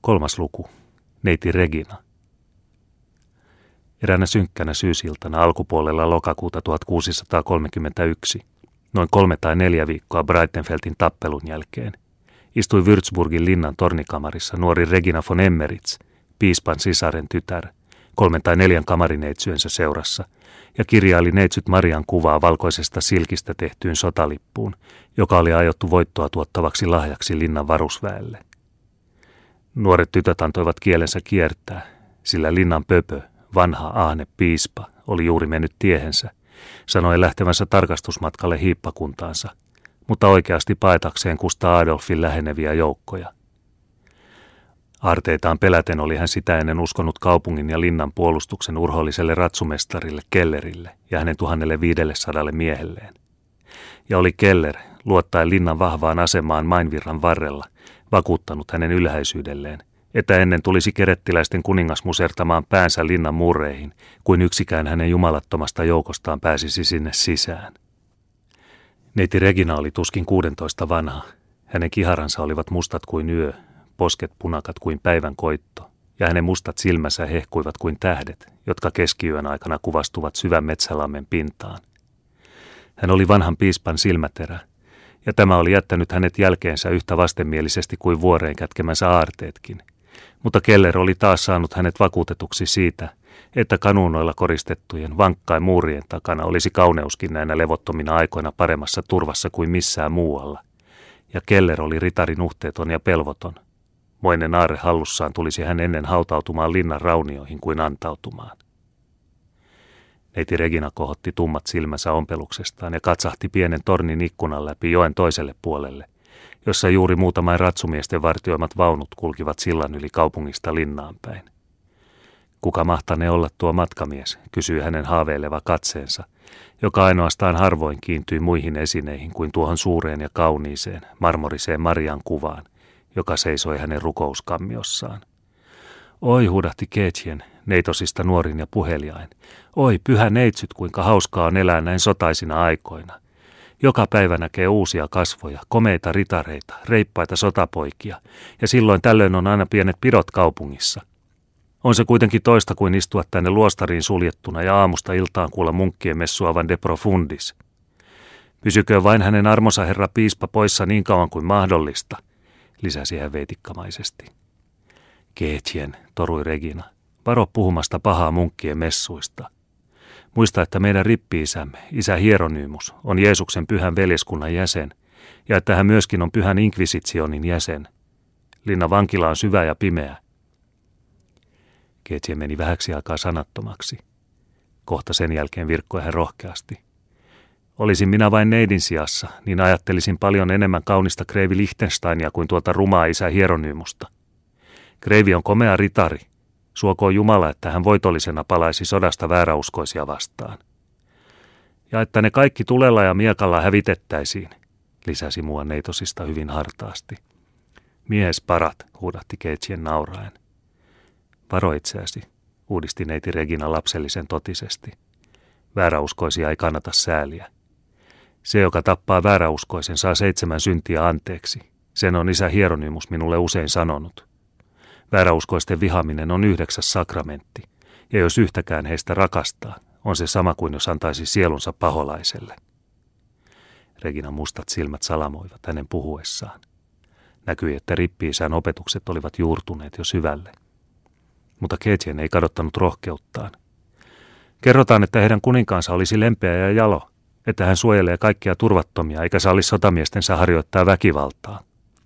3. luku. Neiti Regina. Eräänä synkkänä syysiltana alkupuolella lokakuuta 1631, noin 3 tai 4 viikkoa Breitenfeldin tappelun jälkeen, istui Würzburgin linnan tornikamarissa nuori Regina von Emmeritz, piispan sisaren tytär, 3 tai 4 kamarineitsyensä seurassa, ja kirjaili neitsyt Marian kuvaa valkoisesta silkistä tehtyyn sotalippuun, joka oli aiottu voittoa tuottavaksi lahjaksi linnan varusväelle. Nuoret tytöt antoivat kielensä kiertää, sillä linnan pöpö, vanha ahne piispa, oli juuri mennyt tiehensä, sanoi lähtevänsä tarkastusmatkalle hiippakuntaansa, mutta oikeasti paetakseen Kustaa Adolfin läheneviä joukkoja. Aarteitaan peläten oli hän sitä ennen uskonut kaupungin ja linnan puolustuksen urhoolliselle ratsumestarille Kellerille ja hänen 1500 miehelleen. Ja oli Keller, luottaen linnan vahvaan asemaan Mainvirran varrella, vakuuttanut hänen ylhäisyydelleen, että ennen tulisi kerettiläisten kuningas musertamaan päänsä linnan murreihin, kuin yksikään hänen jumalattomasta joukostaan pääsisi sinne sisään. Neiti Regina oli tuskin 16 vanha. Hänen kiharansa olivat mustat kuin yö, posket punakat kuin päivän koitto, ja hänen mustat silmänsä hehkuivat kuin tähdet, jotka keskiyön aikana kuvastuvat syvän metsälammen pintaan. Hän oli vanhan piispan silmäterä, ja tämä oli jättänyt hänet jälkeensä yhtä vastenmielisesti kuin vuoreen kätkemänsä aarteetkin. Mutta Keller oli taas saanut hänet vakuutetuksi siitä, että kanuunoilla koristettujen vankkain muurien takana olisi kauneuskin näinä levottomina aikoina paremmassa turvassa kuin missään muualla. Ja Keller oli ritari nuhteeton ja pelvoton. Moinen aarre hallussaan tulisi hän ennen hautautumaan linnan raunioihin kuin antautumaan. Neiti Regina kohotti tummat silmänsä ompeluksestaan ja katsahti pienen tornin ikkunan läpi joen toiselle puolelle, jossa juuri muutamain ratsumiesten vartioimat vaunut kulkivat sillan yli kaupungista linnaan päin. Kuka mahtanee olla tuo matkamies, kysyi hänen haaveileva katseensa, joka ainoastaan harvoin kiintyi muihin esineihin kuin tuohon suureen ja kauniiseen, marmoriseen Marian kuvaan, joka seisoi hänen rukouskammiossaan. Oi, huudahti Käthchen, neitosista nuorin ja puheliain. Oi, pyhä neitsyt, kuinka hauskaa on elää näin sotaisina aikoina. Joka päivä näkee uusia kasvoja, komeita ritareita, reippaita sotapoikia, ja silloin tällöin on aina pienet pidot kaupungissa. On se kuitenkin toista kuin istua tänne luostariin suljettuna ja aamusta iltaan kuulla munkkien messuavan de profundis. Pysyköön vain hänen armonsa herra piispa poissa niin kauan kuin mahdollista, lisäsi hän veitikkamaisesti. Käthchen, torui Regina, varo puhumasta pahaa munkkien messuista. Muista, että meidän rippi-isämme, isä Hieronymus, on Jeesuksen pyhän veljeskunnan jäsen, ja että hän myöskin on pyhän inkvisitionin jäsen. Linnan vankila on syvä ja pimeä. Käthchen meni vähäksi aikaa sanattomaksi. Kohta sen jälkeen virkkoi hän rohkeasti. Olisin minä vain neidin sijassa, niin ajattelisin paljon enemmän kaunista kreivi Liechtensteinia kuin tuota rumaa isä Hieronymusta. Kreivi on komea ritari. Suokoon Jumala, että hän voitollisena palaisi sodasta vääräuskoisia vastaan. Ja että ne kaikki tulella ja miekalla hävitettäisiin, lisäsi muuan neitosista hyvin hartaasti. Mies parat, huudahti Käthchen nauraen. Varo itseäsi, uudisti neiti Regina lapsellisen totisesti. Vääräuskoisia ei kannata sääliä. Se, joka tappaa vääräuskoisen, saa 7 syntiä anteeksi. Sen on isä Hieronymus minulle usein sanonut. Vääräuskoisten vihaminen on 9. sakramentti, ja jos yhtäkään heistä rakastaa, on se sama kuin jos antaisi sielunsa paholaiselle. Reginan mustat silmät salamoivat hänen puhuessaan. Näkyi, että rippi-isän opetukset olivat juurtuneet jo syvälle. Mutta Käthchen ei kadottanut rohkeuttaan. Kerrotaan, että heidän kuninkaansa olisi lempeä ja jalo, että hän suojelee kaikkia turvattomia eikä salli sotamiestensä harjoittaa väkivaltaa.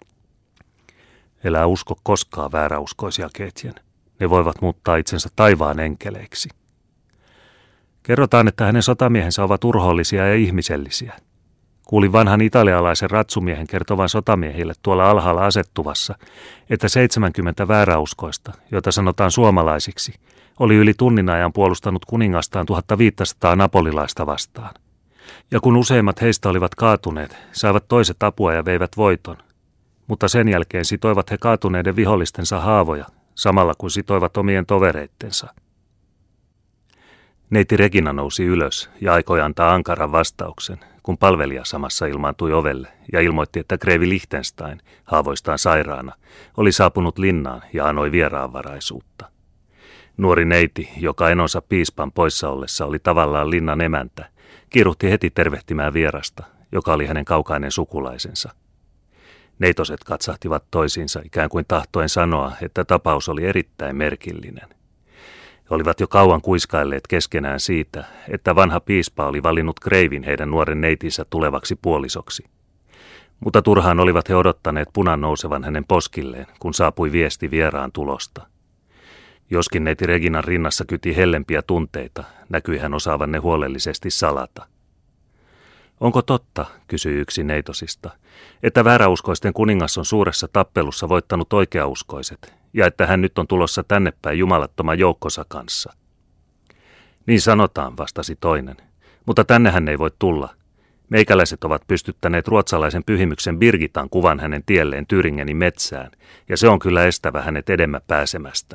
Elää usko koskaan vääräuskoisia, Käthchen. Ne voivat muuttaa itsensä taivaan enkeleiksi. Kerrotaan, että hänen sotamiehensä ovat urhoollisia ja ihmisellisiä. Kuulin vanhan italialaisen ratsumiehen kertovan sotamiehille tuolla alhaalla asettuvassa, että 70 vääräuskoista, joita sanotaan suomalaisiksi, oli yli tunnin ajan puolustanut kuningastaan 1500 napolilaista vastaan. Ja kun useimmat heistä olivat kaatuneet, saivat toiset apua ja veivät voiton. Mutta sen jälkeen sitoivat he kaatuneiden vihollistensa haavoja, samalla kun sitoivat omien tovereittensa. Neiti Regina nousi ylös ja aikoi antaa ankaran vastauksen, kun palvelija samassa ilmaantui ovelle ja ilmoitti, että kreivi Liechtenstein, haavoistaan sairaana, oli saapunut linnaan ja anoi vieraanvaraisuutta. Nuori neiti, joka enonsa piispan poissa ollessa oli tavallaan linnan emäntä, kiiruhti heti tervehtimään vierasta, joka oli hänen kaukainen sukulaisensa. Neitoset katsahtivat toisiinsa ikään kuin tahtoen sanoa, että tapaus oli erittäin merkillinen. He olivat jo kauan kuiskailleet keskenään siitä, että vanha piispa oli valinnut kreivin heidän nuoren neitinsä tulevaksi puolisoksi. Mutta turhaan olivat he odottaneet punan nousevan hänen poskilleen, kun saapui viesti vieraan tulosta. Joskin neiti Reginan rinnassa kyti hellempiä tunteita, näkyi hän osaavan ne huolellisesti salata. Onko totta, kysyi yksi neitosista, että vääräuskoisten kuningas on suuressa tappelussa voittanut oikeauskoiset, ja että hän nyt on tulossa tänne päin jumalattoman joukkonsa kanssa? Niin sanotaan, vastasi toinen, mutta tänne hän ei voi tulla. Meikäläiset ovat pystyttäneet ruotsalaisen pyhimyksen Birgitan kuvan hänen tielleen Tyringenin metsään, ja se on kyllä estävä hänet edemmä pääsemästä.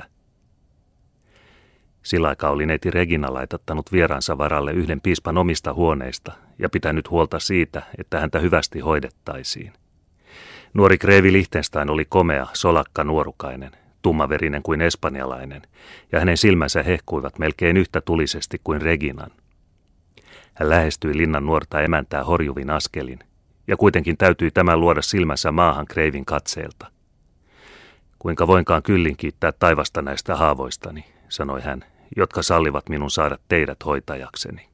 Sillä aikaa oli neiti Regina laitattanut vieraansa varalle yhden piispan omista huoneista ja pitänyt huolta siitä, että häntä hyvästi hoidettaisiin. Nuori kreivi Liechtenstein oli komea, solakka nuorukainen, tummaverinen kuin espanjalainen, ja hänen silmänsä hehkuivat melkein yhtä tulisesti kuin Reginan. Hän lähestyi linnan nuorta emäntää horjuvin askelin, ja kuitenkin täytyi tämän luoda silmänsä maahan kreivin katseelta. Kuinka voinkaan kyllin kiittää taivasta näistä haavoistani, sanoi hän, jotka sallivat minun saada teidät hoitajakseni.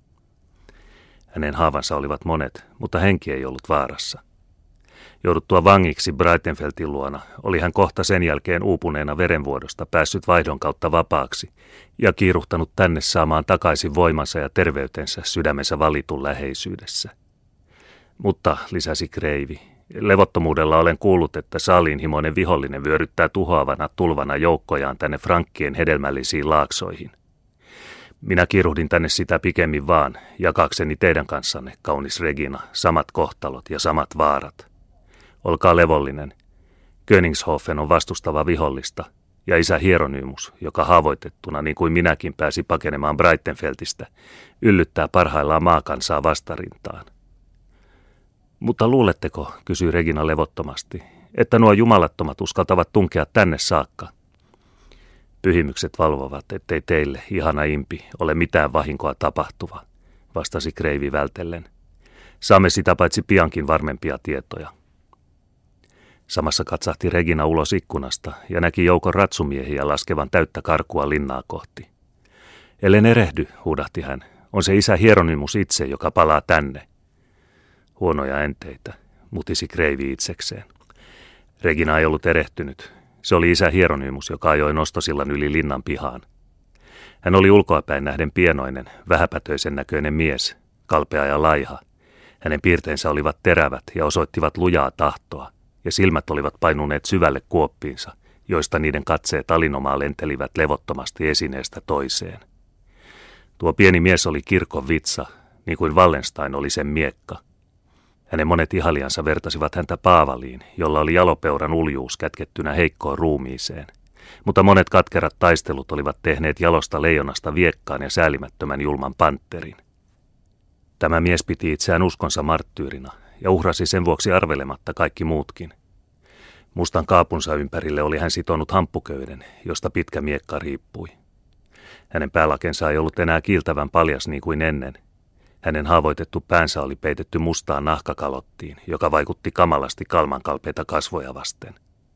Hänen haavansa olivat monet, mutta henki ei ollut vaarassa. Jouduttua vangiksi Breitenfeldtin luona oli hän kohta sen jälkeen uupuneena verenvuodosta päässyt vaihdon kautta vapaaksi ja kiiruhtanut tänne saamaan takaisin voimansa ja terveytensä sydämensä valitun läheisyydessä. Mutta, lisäsi kreivi, levottomuudella olen kuullut, että saaliinhimoinen vihollinen vyöryttää tuhoavana tulvana joukkojaan tänne frankkien hedelmällisiin laaksoihin. Minä kiiruhdin tänne sitä pikemmin vaan, jakaakseni teidän kanssanne, kaunis Regina, samat kohtalot ja samat vaarat. Olkaa levollinen. Königshofen on vastustava vihollista, ja isä Hieronymus, joka haavoitettuna niin kuin minäkin pääsi pakenemaan Breitenfeldtistä, yllyttää parhaillaan maakansaa vastarintaan. Mutta luuletteko, kysyi Regina levottomasti, että nuo jumalattomat uskaltavat tunkea tänne saakka? Pyhimykset valvovat, ettei teille, ihana impi, ole mitään vahinkoa tapahtuva, vastasi kreivi vältellen. Saamme sitä paitsi piankin varmempia tietoja. Samassa katsahti Regina ulos ikkunasta ja näki joukon ratsumiehiä laskevan täyttä karkua linnaa kohti. Ellen erehdy, huudahti hän, on se isä Hieronymus itse, joka palaa tänne. Huonoja enteitä, mutisi kreivi itsekseen. Regina ei ollut erehtynyt. Se oli isä Hieronymus, joka ajoi nostosillan yli linnan pihaan. Hän oli ulkoapäin nähden pienoinen, vähäpätöisen näköinen mies, kalpea ja laiha. Hänen piirteensä olivat terävät ja osoittivat lujaa tahtoa, ja silmät olivat painuneet syvälle kuoppiinsa, joista niiden katseet alinomaa lentelivät levottomasti esineestä toiseen. Tuo pieni mies oli kirkon vitsa, niin kuin Wallenstein oli sen miekka. Hänen monet ihaliansa vertasivat häntä Paavaliin, jolla oli jalopeuran uljuus kätkettynä heikkoon ruumiiseen. Mutta monet katkerat taistelut olivat tehneet jalosta leijonasta viekkaan ja säälimättömän julman pantterin. Tämä mies piti itseään uskonsa marttyyrinä ja uhrasi sen vuoksi arvelematta kaikki muutkin. Mustan kaapunsa ympärille oli hän sitonut hamppuköyden, josta pitkä miekka riippui. Hänen päälakensa ei ollut enää kiiltävän paljas niin kuin ennen. Hänen haavoitettu päänsä oli peitetty mustaan nahkakalottiin, joka vaikutti kamalasti kalmankalpeita kasvoja vasten.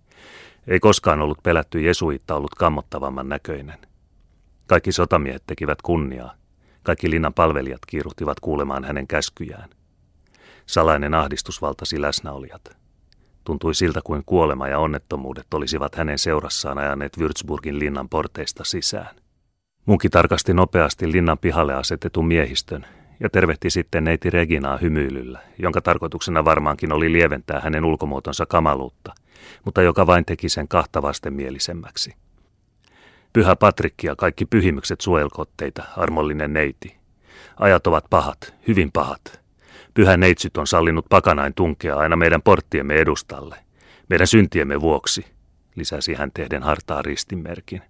Ei koskaan ollut pelätty jesuitta ollut kammottavamman näköinen. Kaikki sotamiehet tekivät kunniaa. Kaikki linnan palvelijat kiiruhtivat kuulemaan hänen käskyjään. Salainen ahdistus valtasi läsnäolijat. Tuntui siltä kuin kuolema ja onnettomuudet olisivat hänen seurassaan ajaneet Würzburgin linnan porteista sisään. Munki tarkasti nopeasti linnan pihalle asetetun miehistön ja tervehti sitten neiti Reginaa hymyilyllä, jonka tarkoituksena varmaankin oli lieventää hänen ulkomuotonsa kamaluutta, mutta joka vain teki sen kahta vastenmielisemmäksi. Pyhä Patrikki ja kaikki pyhimykset suojelkoot teitä, armollinen neiti. Ajat ovat pahat, hyvin pahat. Pyhä neitsyt on sallinut pakanain tunkea aina meidän porttiemme edustalle, meidän syntiemme vuoksi, lisäsi hän tehden hartaa ristinmerkin.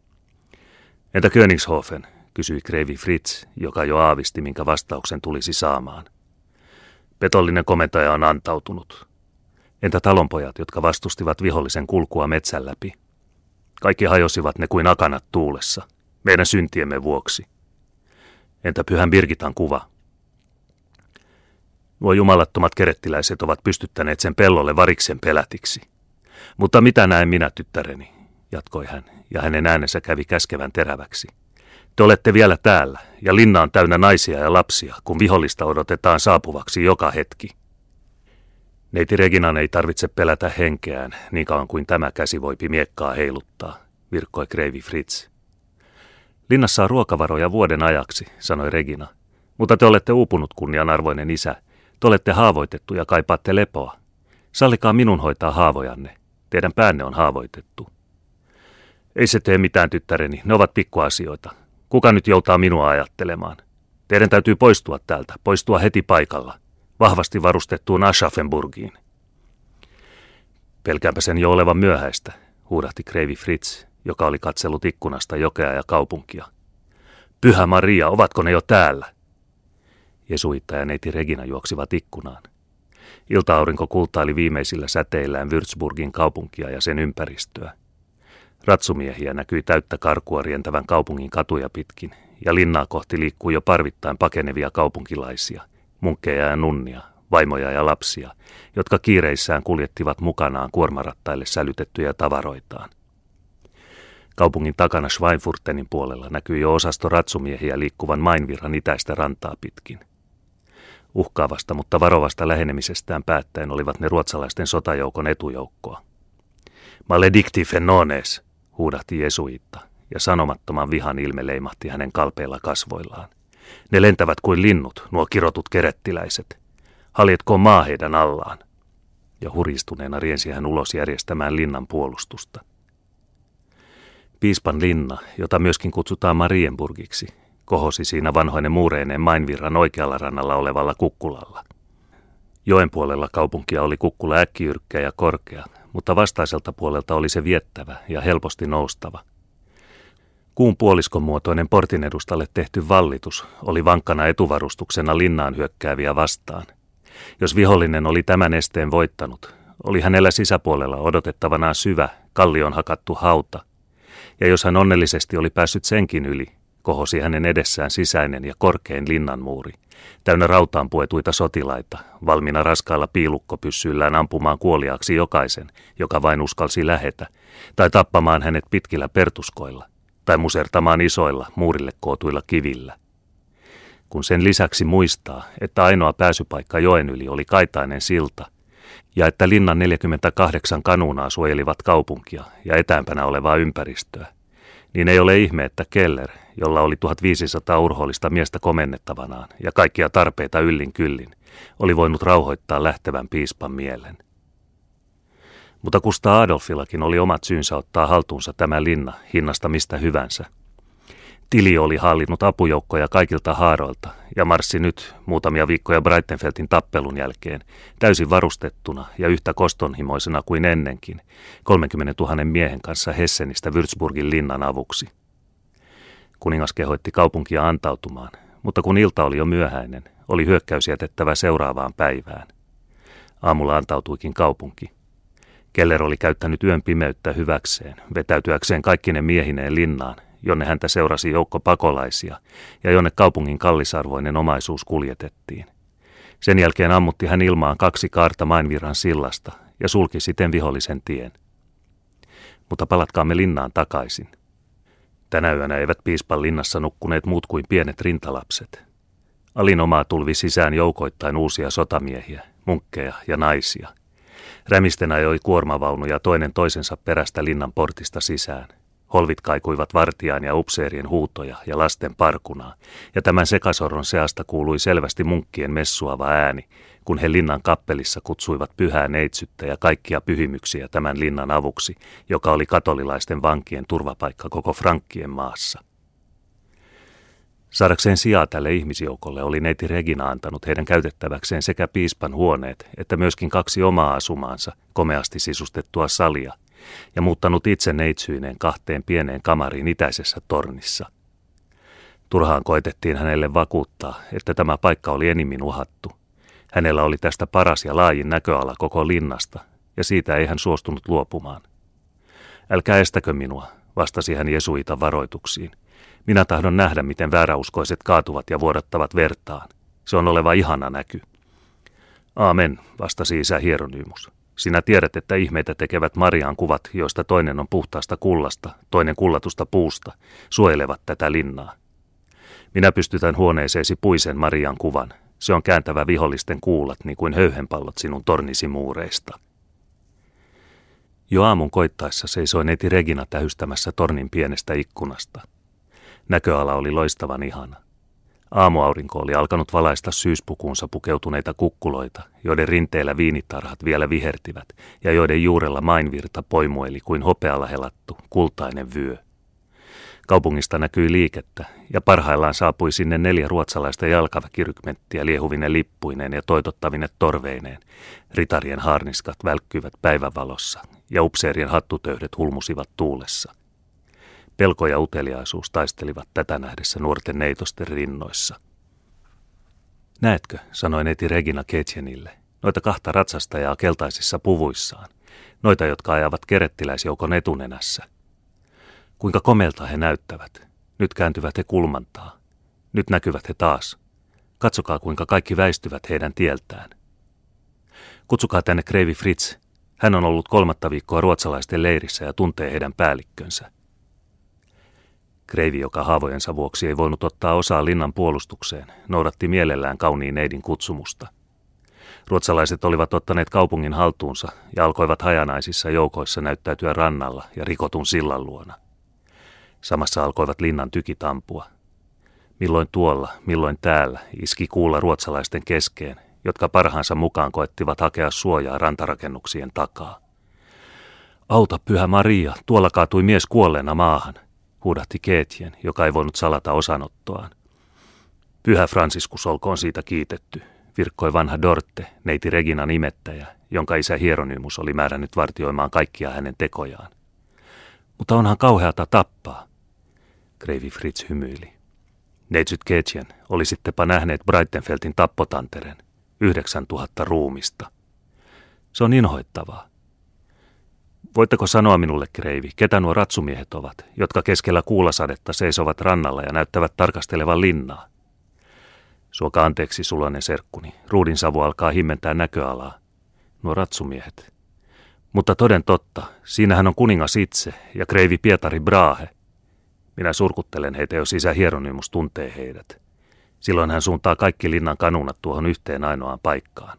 Entä Königshofen, kysyi kreivi Fritz, joka jo aavisti, minkä vastauksen tulisi saamaan. Petollinen komentaja on antautunut. Entä talonpojat, jotka vastustivat vihollisen kulkua metsän läpi? Kaikki hajosivat ne kuin akanat tuulessa, meidän syntiemme vuoksi. Entä Pyhän Birgitan kuva? Nuo jumalattomat kerettiläiset ovat pystyttäneet sen pellolle variksen pelätiksi. Mutta mitä näen minä, tyttäreni, jatkoi hän, ja hänen äänensä kävi käskevän teräväksi. Te olette vielä täällä, ja linna on täynnä naisia ja lapsia, kun vihollista odotetaan saapuvaksi joka hetki. Neiti Reginan ei tarvitse pelätä henkeään, niin kauan kuin tämä käsi voipi miekkaa heiluttaa, virkkoi kreivi Fritz. Linnassa on ruokavaroja vuoden ajaksi, sanoi Regina, mutta te olette uupunut, kunnianarvoinen isä. Te olette haavoitettu ja kaipaatte lepoa. Sallikaa minun hoitaa haavojanne. Teidän päänne on haavoitettu. Ei se tee mitään, tyttäreni, ne ovat pikkuasioita. Kuka nyt joutaa minua ajattelemaan? Teidän täytyy poistua täältä, poistua heti paikalla, vahvasti varustettuun Aschaffenburgiin. Pelkäänpä sen jo olevan myöhäistä, huudahti kreivi Fritz, joka oli katsellut ikkunasta jokea ja kaupunkia. Pyhä Maria, ovatko ne jo täällä? Jesuitta ja neiti Regina juoksivat ikkunaan. Ilta-aurinko kultaili viimeisillä säteillään Würzburgin kaupunkia ja sen ympäristöä. Ratsumiehiä näkyi täyttä karkua rientävän kaupungin katuja pitkin, ja linnaa kohti liikkui jo parvittain pakenevia kaupunkilaisia, munkkeja ja nunnia, vaimoja ja lapsia, jotka kiireissään kuljettivat mukanaan kuormarattaille sälytettyjä tavaroitaan. Kaupungin takana Schweinfurtenin puolella näkyi jo osasto ratsumiehiä liikkuvan Mainvirran itäistä rantaa pitkin. Uhkaavasta, mutta varovasta lähenemisestään päättäen olivat ne ruotsalaisten sotajoukon etujoukkoa. Maledicti fenones, huudahti jesuitta, ja sanomattoman vihan ilme leimahti hänen kalpeilla kasvoillaan. Ne lentävät kuin linnut, nuo kirotut kerettiläiset. Haljetkoon maa heidän allaan. Ja huristuneena riensi hän ulos järjestämään linnan puolustusta. Piispan linna, jota myöskin kutsutaan Marienburgiksi, kohosi siinä vanhoinen muureineen Mainvirran oikealla rannalla olevalla kukkulalla. Joen puolella kaupunkia oli kukkula äkkijyrkkä ja korkea, mutta vastaiselta puolelta oli se viettävä ja helposti noustava. Kuun puoliskon muotoinen portin edustalle tehty vallitus oli vankkana etuvarustuksena linnaan hyökkääviä vastaan. Jos vihollinen oli tämän esteen voittanut, oli hänellä sisäpuolella odotettavanaan syvä, kallioon hakattu hauta, ja jos hän onnellisesti oli päässyt senkin yli, kohosi hänen edessään sisäinen ja korkein linnanmuuri, täynnä rautaan puetuita sotilaita, valmiina raskailla piilukkopyssyillään ampumaan kuoliaaksi jokaisen, joka vain uskalsi lähetä, tai tappamaan hänet pitkillä pertuskoilla, tai musertamaan isoilla, muurille kootuilla kivillä. Kun sen lisäksi muistaa, että ainoa pääsypaikka joen yli oli kaitainen silta, ja että linnan 48 kanuunaa suojelivat kaupunkia ja etäämpänä olevaa ympäristöä, niin ei ole ihme, että Keller, jolla oli 1500 urhoollista miestä komennettavanaan ja kaikkia tarpeita yllin kyllin, oli voinut rauhoittaa lähtevän piispan mielen. Mutta Kustaa Adolfillakin oli omat syynsä ottaa haltuunsa tämä linna hinnasta mistä hyvänsä. Tili oli hallinnut apujoukkoja kaikilta haaroilta ja marssi nyt muutamia viikkoja Breitenfeldin tappelun jälkeen täysin varustettuna ja yhtä kostonhimoisena kuin ennenkin 30 000 miehen kanssa Hessenistä Würzburgin linnan avuksi. Kuningas kehoitti kaupunkia antautumaan, mutta kun ilta oli jo myöhäinen, oli hyökkäys jätettävä seuraavaan päivään. Aamulla antautuikin kaupunki. Keller oli käyttänyt yön pimeyttä hyväkseen, vetäytyäkseen kaikkine miehineen linnaan, jonne häntä seurasi joukko pakolaisia ja jonne kaupungin kallisarvoinen omaisuus kuljetettiin. Sen jälkeen ammutti hän ilmaan 2 kaarta Mainvirran sillasta ja sulki siten vihollisen tien. Mutta palatkaamme linnaan takaisin. Tänä yönä eivät piispan linnassa nukkuneet muut kuin pienet rintalapset. Alinomaa tulvi sisään joukoittain uusia sotamiehiä, munkkeja ja naisia. Rämisten ajoi kuormavaunuja toinen toisensa perästä linnan portista sisään. Holvit kaikuivat vartijaan ja upseerien huutoja ja lasten parkunaa, ja tämän sekasorron seasta kuului selvästi munkkien messuava ääni, kun he linnan kappelissa kutsuivat pyhää neitsyttä ja kaikkia pyhimyksiä tämän linnan avuksi, joka oli katolilaisten vankien turvapaikka koko Frankkien maassa. Saadakseen sijaa tälle ihmisjoukolle oli neiti Regina antanut heidän käytettäväkseen sekä piispan huoneet että myöskin 2 omaa asumaansa, komeasti sisustettua salia, ja muuttanut itse neitsyineen 2 pieneen kamariin itäisessä tornissa. Turhaan koitettiin hänelle vakuuttaa, että tämä paikka oli enimmin uhattu. Hänellä oli tästä paras ja laajin näköala koko linnasta, ja siitä ei hän suostunut luopumaan. Älkää estäkö minua, vastasi hän jesuitan varoituksiin. Minä tahdon nähdä, miten vääräuskoiset kaatuvat ja vuodattavat vertaan. Se on oleva ihana näky. Aamen, vastasi isä Hieronymus. Sinä tiedät, että ihmeitä tekevät Marian kuvat, joista toinen on puhtaasta kullasta, toinen kullatusta puusta, suojelevat tätä linnaa. Minä pystytän huoneeseesi puisen Marian kuvan. Se on kääntävä vihollisten kuulat, niin kuin höyhenpallot sinun tornisi muureista. Jo aamun koittaessa seisoi neiti Regina tähystämässä tornin pienestä ikkunasta. Näköala oli loistavan ihana. Aamuaurinko oli alkanut valaista syyspukuunsa pukeutuneita kukkuloita, joiden rinteillä viinitarhat vielä vihertivät ja joiden juurella mainvirta poimueli kuin hopealla helattu, kultainen vyö. Kaupungista näkyi liikettä, ja parhaillaan saapui sinne 4 ruotsalaista jalkaväkirykmenttiä liehuvine lippuineen ja toitottavine torveineen. Ritarien haarniskat välkkyivät päivänvalossa, ja upseerien hattutöyhdet hulmusivat tuulessa. Pelko ja uteliaisuus taistelivat tätä nähdessä nuorten neitosten rinnoissa. Näetkö, sanoi neiti Regina Kätjenille, noita 2 ratsastajaa keltaisissa puvuissaan, noita, jotka ajavat kerettiläisjoukon etunenässä. Kuinka komeilta he näyttävät. Nyt kääntyvät he kulmantaa. Nyt näkyvät he taas. Katsokaa, kuinka kaikki väistyvät heidän tieltään. Kutsukaa tänne kreivi Fritz. Hän on ollut 3 viikkoa ruotsalaisten leirissä ja tuntee heidän päällikkönsä. Kreivi, joka haavojensa vuoksi ei voinut ottaa osaa linnan puolustukseen, noudatti mielellään kauniin neidin kutsumusta. Ruotsalaiset olivat ottaneet kaupungin haltuunsa ja alkoivat hajanaisissa joukoissa näyttäytyä rannalla ja rikotun sillan luona. Samassa alkoivat linnan tykit ampua. Milloin tuolla, milloin täällä iski kuulla ruotsalaisten keskeen, jotka parhaansa mukaan koettivat hakea suojaa rantarakennuksien takaa. Auta, Pyhä Maria, tuolla kaatui mies kuolleena maahan, huudahti Kätjen, joka ei voinut salata osanottoaan. Pyhä Franciscus olkoon siitä kiitetty, virkkoi vanha Dorte, neiti Reginan imettäjä, jonka isä Hieronymus oli määrännyt vartioimaan kaikkia hänen tekojaan. Mutta onhan kauheata tappaa. Kreivi Fritz hymyili. Neitsyt Kätjen, olisittepa nähneet Breitenfeldin tappotanteren, 9000 ruumista. Se on inhoittavaa. Voitteko sanoa minulle, kreivi, ketä nuo ratsumiehet ovat, jotka keskellä kuulasadetta seisovat rannalla ja näyttävät tarkastelevan linnaa? Suoka anteeksi, suloinen serkkuni, ruudin savu alkaa himmentää näköalaa. Nuo ratsumiehet. Mutta toden totta, siinähän on kuningas itse ja kreivi Pietari Brahe. Minä surkuttelen heitä, jos isä Hieronymus tuntee heidät. Silloin hän suuntaa kaikki linnan kanunat tuohon yhteen ainoaan paikkaan.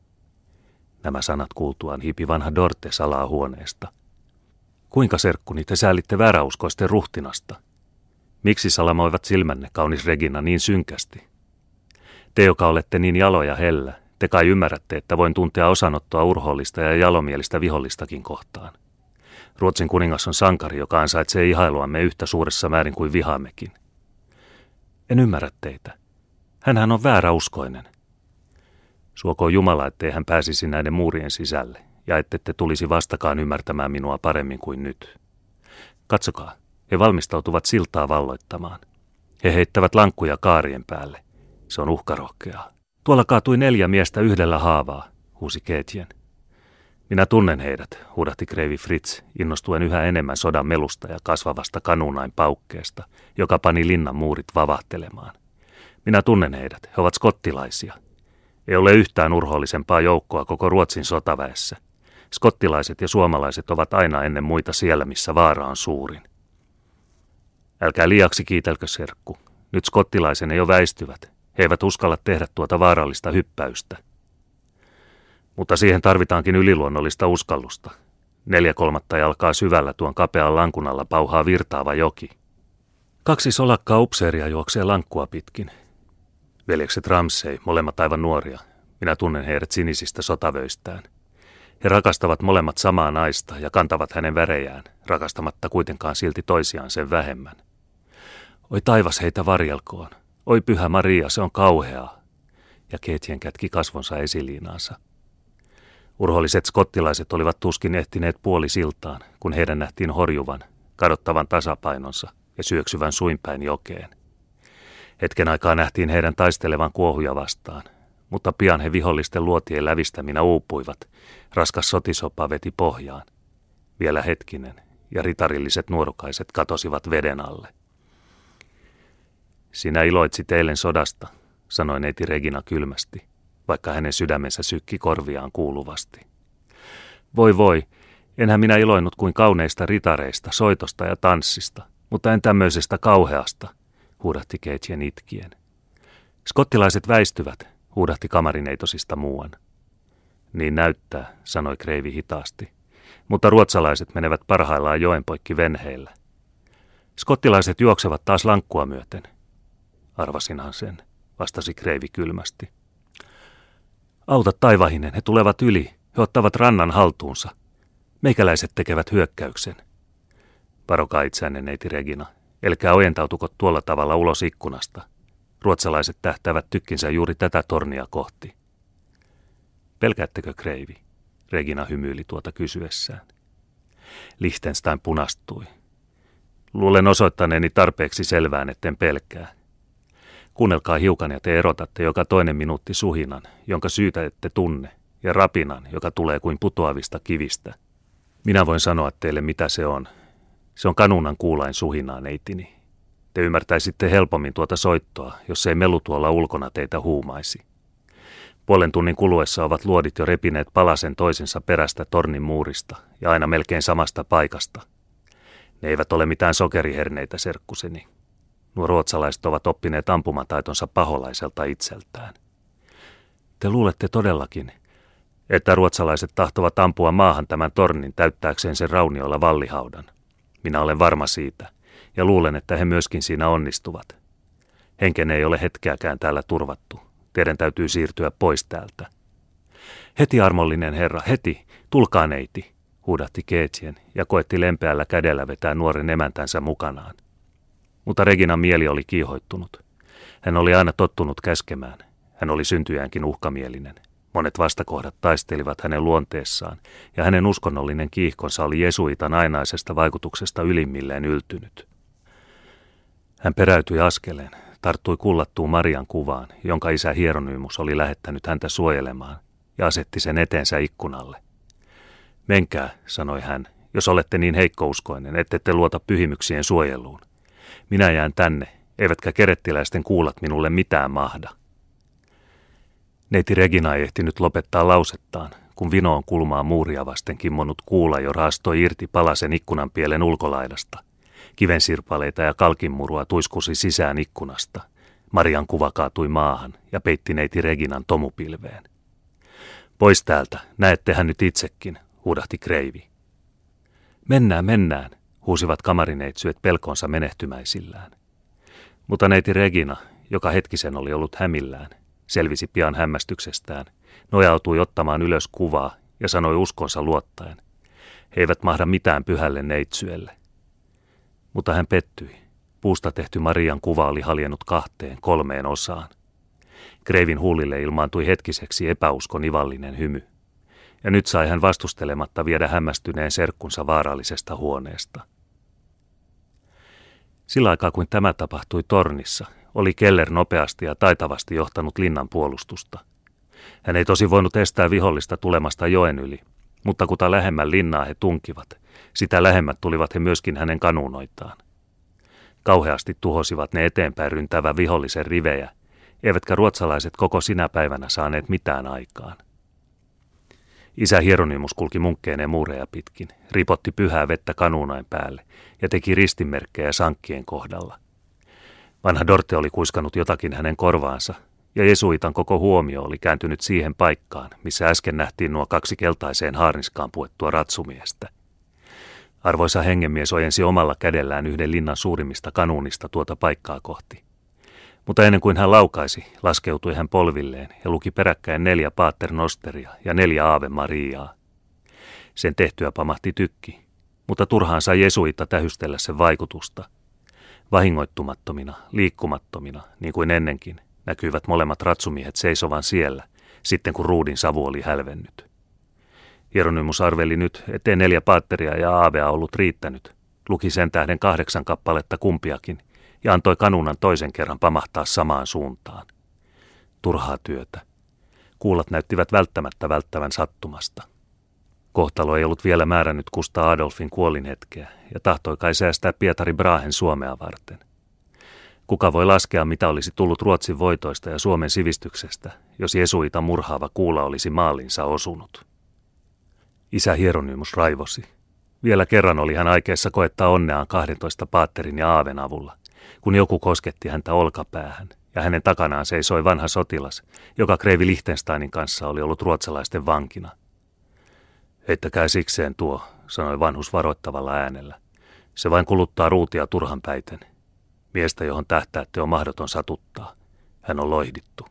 Nämä sanat kuultuaan hiipi vanha Dorte salaa huoneesta. Kuinka, serkkuni, te säälitte vääräuskoisten ruhtinasta? Miksi salamoivat silmänne, kaunis Regina, niin synkästi? Te, joka olette niin jalo ja hellä, te kai ymmärrätte, että voin tuntea osanottoa urhoollista ja jalomielistä vihollistakin kohtaan. Ruotsin kuningas on sankari, joka ansaitsee ihailuamme yhtä suuressa määrin kuin vihaammekin. En ymmärrä teitä. Hänhän on vääräuskoinen. Suokoon Jumala, ettei hän pääsisi näiden muurien sisälle, ja ettette tulisi vastakaan ymmärtämään minua paremmin kuin nyt. Katsokaa, he valmistautuvat siltaa valloittamaan. He heittävät lankkuja kaarien päälle. Se on uhkarohkeaa. Tuolla kaatui 4 miestä yhdellä haavaa, huusi Kätjen. Minä tunnen heidät, huudahti kreivi Fritz, innostuen yhä enemmän sodan melusta ja kasvavasta kanunain paukkeesta, joka pani linnan muurit vavahtelemaan. Minä tunnen heidät, he ovat skottilaisia. Ei ole yhtään urhoollisempaa joukkoa koko Ruotsin sotaväessä. Skottilaiset ja suomalaiset ovat aina ennen muita siellä, missä vaara on suurin. Älkää liiaksi kiitelkö, serkku. Nyt skottilaisenne jo väistyvät. He eivät uskalla tehdä tuota vaarallista hyppäystä. Mutta siihen tarvitaankin yliluonnollista uskallusta. 4/3 jalkaa syvällä tuon kapean lankun alla pauhaa virtaava joki. 2 solakkaa upseeria juoksee lankkua pitkin. Veljekset Ramsey, molemmat aivan nuoria. Minä tunnen heidät sinisistä sotavöistään. He rakastavat molemmat samaa naista ja kantavat hänen värejään, rakastamatta kuitenkaan silti toisiaan sen vähemmän. Oi taivas heitä varjelkoon. Oi Pyhä Maria, se on kauheaa. Ja Kätjen kätki kasvonsa esiliinaansa. Urholliset skottilaiset olivat tuskin ehtineet puolisiltaan, kun heidän nähtiin horjuvan, kadottavan tasapainonsa ja syöksyvän suinpäin jokeen. Hetken aikaa nähtiin heidän taistelevan kuohuja vastaan, mutta pian he vihollisten luotien lävistäminä uupuivat. Raskas sotisopa veti pohjaan. Vielä hetkinen, ja ritarilliset nuorukaiset katosivat veden alle. Sinä iloitsit eilen sodasta, sanoi neiti Regina kylmästi, vaikka hänen sydämensä sykki korviaan kuuluvasti. Voi voi, enhän minä iloinut kuin kauneista ritareista, soitosta ja tanssista, mutta en tämmöisestä kauheasta, huudahti Kätjen itkien. Skottilaiset väistyvät, huudahti kamarineitosista muuan. Niin näyttää, sanoi Kreivi hitaasti, mutta ruotsalaiset menevät parhaillaan joen poikki venheillä. Skottilaiset juoksevat taas lankkua myöten. Arvasinhan sen, vastasi Kreivi kylmästi. Auta taivahinen, he tulevat yli, he ottavat rannan haltuunsa. Meikäläiset tekevät hyökkäyksen. Varokaa itseänne, neiti Regina, älkää ojentautuko tuolla tavalla ulos ikkunasta. Ruotsalaiset tähtäävät tykkinsä juuri tätä tornia kohti. Pelkäättekö, Kreivi? Regina hymyili tuota kysyessään. Liechtenstein punastui. Luulen osoittaneeni tarpeeksi selvään, etten pelkää. Kuunnelkaa hiukan ja te erotatte joka toinen minuutti suhinan, jonka syytä ette tunne, ja rapinan, joka tulee kuin putoavista kivistä. Minä voin sanoa teille, mitä se on. Se on kanuunan kuulain suhinaa, neitini. Te ymmärtäisitte helpommin tuota soittoa, jos ei melu tuolla ulkona teitä huumaisi. Puolen tunnin kuluessa ovat luodit jo repineet palasen toisensa perästä tornin muurista ja aina melkein samasta paikasta. Ne eivät ole mitään sokeriherneitä, serkkuseni. Nuo ruotsalaiset ovat oppineet ampumataitonsa paholaiselta itseltään. Te luulette todellakin, että ruotsalaiset tahtovat ampua maahan tämän tornin täyttääkseen sen raunioilla vallihaudan. Minä olen varma siitä, ja luulen, että he myöskin siinä onnistuvat. Henkenne ei ole hetkeäkään täällä turvattu. Teidän täytyy siirtyä pois täältä. Heti, armollinen herra, heti, tulkaa neiti, huudahti Kätjen ja koetti lempeällä kädellä vetää nuoren emäntänsä mukanaan. Mutta Reginan mieli oli kiihoittunut. Hän oli aina tottunut käskemään. Hän oli syntyjäänkin uhkamielinen. Monet vastakohdat taistelivat hänen luonteessaan, ja hänen uskonnollinen kiihkonsa oli jesuitan ainaisesta vaikutuksesta ylimmilleen yltynyt. Hän peräytyi askeleen, tarttui kullattuun Marian kuvaan, jonka isä Hieronymus oli lähettänyt häntä suojelemaan, ja asetti sen eteensä ikkunalle. Menkää, sanoi hän, jos olette niin heikkouskoinen, ettette luota pyhimyksien suojeluun. Minä jään tänne, eivätkä kerettiläisten kuulat minulle mitään mahda. Neiti Regina ei ehtinyt lopettaa lausettaan, kun vinoon kulmaa muuria vasten kimmonnut kuula jo raastoi irti palasen ikkunanpielen ulkolaidasta. Kivensirpaleita ja kalkinmurua tuiskusi sisään ikkunasta. Marian kuva kaatui maahan ja peitti neiti Reginan tomupilveen. Pois täältä, näettehän nyt itsekin, huudahti Kreivi. Mennään, mennään, huusivat kamarineitsyet pelkoonsa menehtymäisillään. Mutta neiti Regina, joka hetkisen oli ollut hämillään, selvisi pian hämmästyksestään, nojautui ottamaan ylös kuvaa ja sanoi uskonsa luottaen. He eivät mahda mitään pyhälle neitsyelle. Mutta hän pettyi. Puusta tehty Marian kuva oli haljennut 2-3 osaan. Kreivin huulille ilmaantui hetkiseksi epäuskon ivallinen hymy. Ja nyt sai hän vastustelematta viedä hämmästyneen serkkunsa vaarallisesta huoneesta. Sillä aikaa kuin tämä tapahtui tornissa, oli Keller nopeasti ja taitavasti johtanut linnan puolustusta. Hän ei tosi voinut estää vihollista tulemasta joen yli, mutta kuta lähemmän linnaa he tunkivat, sitä lähemmät tulivat he myöskin hänen kanuunoitaan. Kauheasti tuhosivat ne eteenpäin ryntävän vihollisen rivejä, eivätkä ruotsalaiset koko sinä päivänä saaneet mitään aikaan. Isä Hieronymus kulki munkkeineen muureja pitkin, ripotti pyhää vettä kanuunain päälle ja teki ristinmerkkejä sankkien kohdalla. Vanha Dorte oli kuiskannut jotakin hänen korvaansa, ja jesuitan koko huomio oli kääntynyt siihen paikkaan, missä äsken nähtiin nuo 2 keltaiseen haarniskaan puettua ratsumiestä. Arvoisa hengenmies ojensi omalla kädellään yhden linnan suurimmista kanuunista tuota paikkaa kohti. Mutta ennen kuin hän laukaisi, laskeutui hän polvilleen ja luki peräkkäin 4 Pater Nosteria ja 4 Ave Mariaa. Sen tehtyä pamahti tykki, mutta turhaan sai jesuitta tähystellä sen vaikutusta. Vahingoittumattomina, liikkumattomina, niin kuin ennenkin, näkyivät molemmat ratsumiehet seisovan siellä, sitten kun ruudin savu oli hälvennyt. Hieronymus arveli nyt, ettei 4 paatteria ja aavea ollut riittänyt, luki sen tähden 8 kappaletta kumpiakin ja antoi kanuunan toisen kerran pamahtaa samaan suuntaan. Turhaa työtä. Kuulat näyttivät välttämättä välttävän sattumasta. Kohtalo ei ollut vielä määrännyt Kustaa Adolfin kuolinhetkeä ja tahtoi kai säästää Pietari Brahen Suomea varten. Kuka voi laskea, mitä olisi tullut Ruotsin voitoista ja Suomen sivistyksestä, jos jesuitan murhaava kuula olisi maalinsa osunut? Isä Hieronymus raivosi. Vielä kerran oli hän aikeessa koettaa onneaan 12 paatterin ja aaven avulla, kun joku kosketti häntä olkapäähän, ja hänen takanaan seisoi vanha sotilas, joka kreivi Liechtensteinin kanssa oli ollut ruotsalaisten vankina. Heittäkää sikseen tuo, sanoi vanhus varoittavalla äänellä. Se vain kuluttaa ruutia turhan päiten. Miestä, johon tähtäätte, on mahdoton satuttaa. Hän on loihdittu.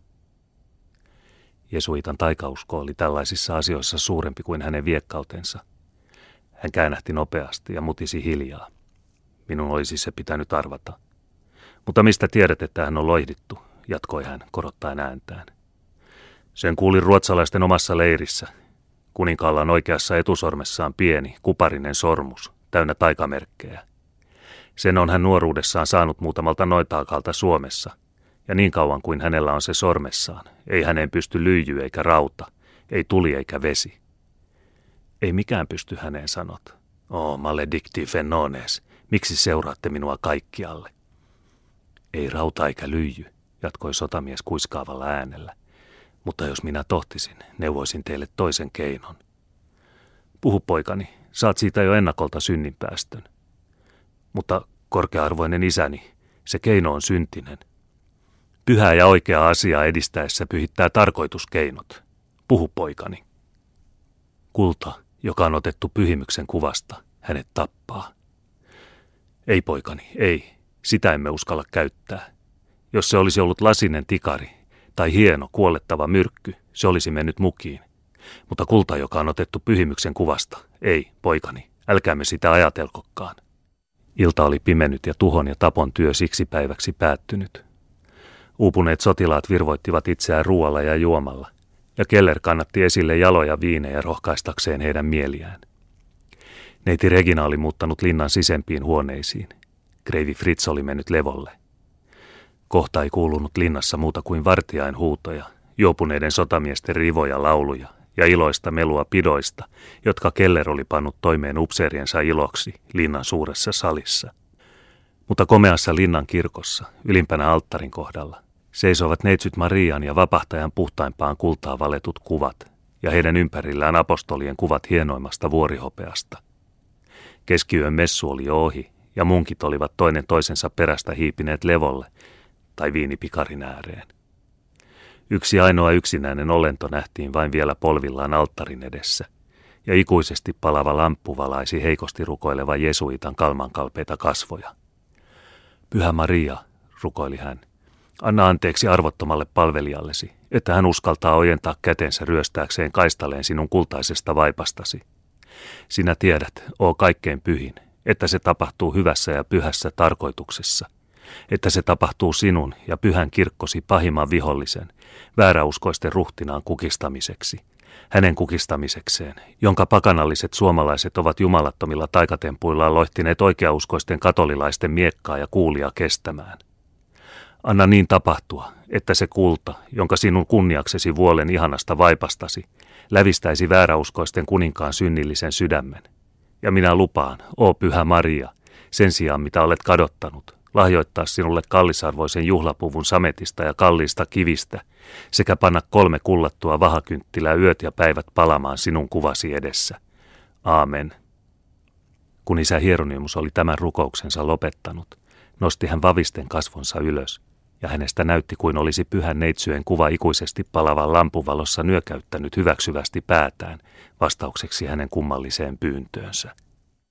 Jesuitan taikausko oli tällaisissa asioissa suurempi kuin hänen viekkautensa. Hän käännähti nopeasti ja mutisi hiljaa. Minun olisi se pitänyt arvata. Mutta mistä tiedät, että hän on loihdittu, jatkoi hän korottaen ääntään. Sen kuulin ruotsalaisten omassa leirissä. Kuninkaalla on oikeassa etusormessaan pieni, kuparinen sormus, täynnä taikamerkkejä. Sen on hän nuoruudessaan saanut muutamalta noitaakalta Suomessa, ja niin kauan kuin hänellä on se sormessaan, ei häneen pysty lyijy eikä rauta, ei tuli eikä vesi. Ei mikään pysty häneen, sanot. Maledicti fenones, miksi seuraatte minua kaikkialle? Ei rauta eikä lyijy, jatkoi sotamies kuiskaavalla äänellä. Mutta jos minä tohtisin, neuvoisin teille toisen keinon. Puhu, poikani, saat siitä jo ennakolta synninpäästön. Mutta korkea-arvoinen isäni, se keino on syntinen. Pyhää ja oikeaa asiaa edistäessä pyhittää tarkoituskeinot. Puhu, poikani. Kulta, joka on otettu pyhimyksen kuvasta, hänet tappaa. Ei, poikani, ei. Sitä emme uskalla käyttää. Jos se olisi ollut lasinen tikari tai hieno kuolettava myrkky, se olisi mennyt mukiin. Mutta kulta, joka on otettu pyhimyksen kuvasta, ei, poikani, älkäämme sitä ajatelkokaan. Ilta oli pimennyt ja tuhon ja tapon työ siksi päiväksi päättynyt. Uupuneet sotilaat virvoittivat itseään ruoalla ja juomalla, ja Keller kannatti esille jaloja viinejä rohkaistakseen heidän mieliään. Neiti Regina oli muuttanut linnan sisempiin huoneisiin. Kreivi Fritz oli mennyt levolle. Kohta ei kuulunut linnassa muuta kuin vartijain huutoja, juopuneiden sotamiesten rivoja lauluja ja iloista melua pidoista, jotka Keller oli pannut toimeen upseeriensa iloksi linnan suuressa salissa. Mutta komeassa linnan kirkossa, ylimpänä alttarin kohdalla, seisoivat neitsyt Marian ja vapahtajan puhtaimpaan kultaa valetut kuvat, ja heidän ympärillään apostolien kuvat hienoimmasta vuorihopeasta. Keskiyön messu oli jo ohi, ja munkit olivat toinen toisensa perästä hiipineet levolle tai viinipikarin ääreen. Yksi ainoa yksinäinen olento nähtiin vain vielä polvillaan alttarin edessä, ja ikuisesti palava lamppu valaisi heikosti rukoileva jesuitan kalmankalpeita kasvoja. Pyhä Maria, rukoili hän, anna anteeksi arvottomalle palvelijallesi, että hän uskaltaa ojentaa kätensä ryöstääkseen kaistaleen sinun kultaisesta vaipastasi. Sinä tiedät, o kaikkein pyhin, että se tapahtuu hyvässä ja pyhässä tarkoituksessa, että se tapahtuu sinun ja pyhän kirkkosi pahimman vihollisen, vääräuskoisten ruhtinaan kukistamiseksi, hänen kukistamisekseen, jonka pakanalliset suomalaiset ovat jumalattomilla taikatempuillaan loihtineet oikeauskoisten katolilaisten miekkaa ja kuulia kestämään. Anna niin tapahtua, että se kulta, jonka sinun kunniaksesi vuolen ihanasta vaipastasi, lävistäisi vääräuskoisten kuninkaan synnillisen sydämen. Ja minä lupaan, o Pyhä Maria, sen sijaan mitä olet kadottanut, lahjoittaa sinulle kallisarvoisen juhlapuvun sametista ja kalliista kivistä, sekä panna 3 kullattua vahakynttilää yöt ja päivät palamaan sinun kuvasi edessä. Aamen. Kun isä Hieronymus oli tämän rukouksensa lopettanut, nosti hän vavisten kasvonsa ylös, ja hänestä näytti kuin olisi pyhän neitsyen kuva ikuisesti palavan lampuvalossa nyökäyttänyt hyväksyvästi päätään vastaukseksi hänen kummalliseen pyyntöönsä.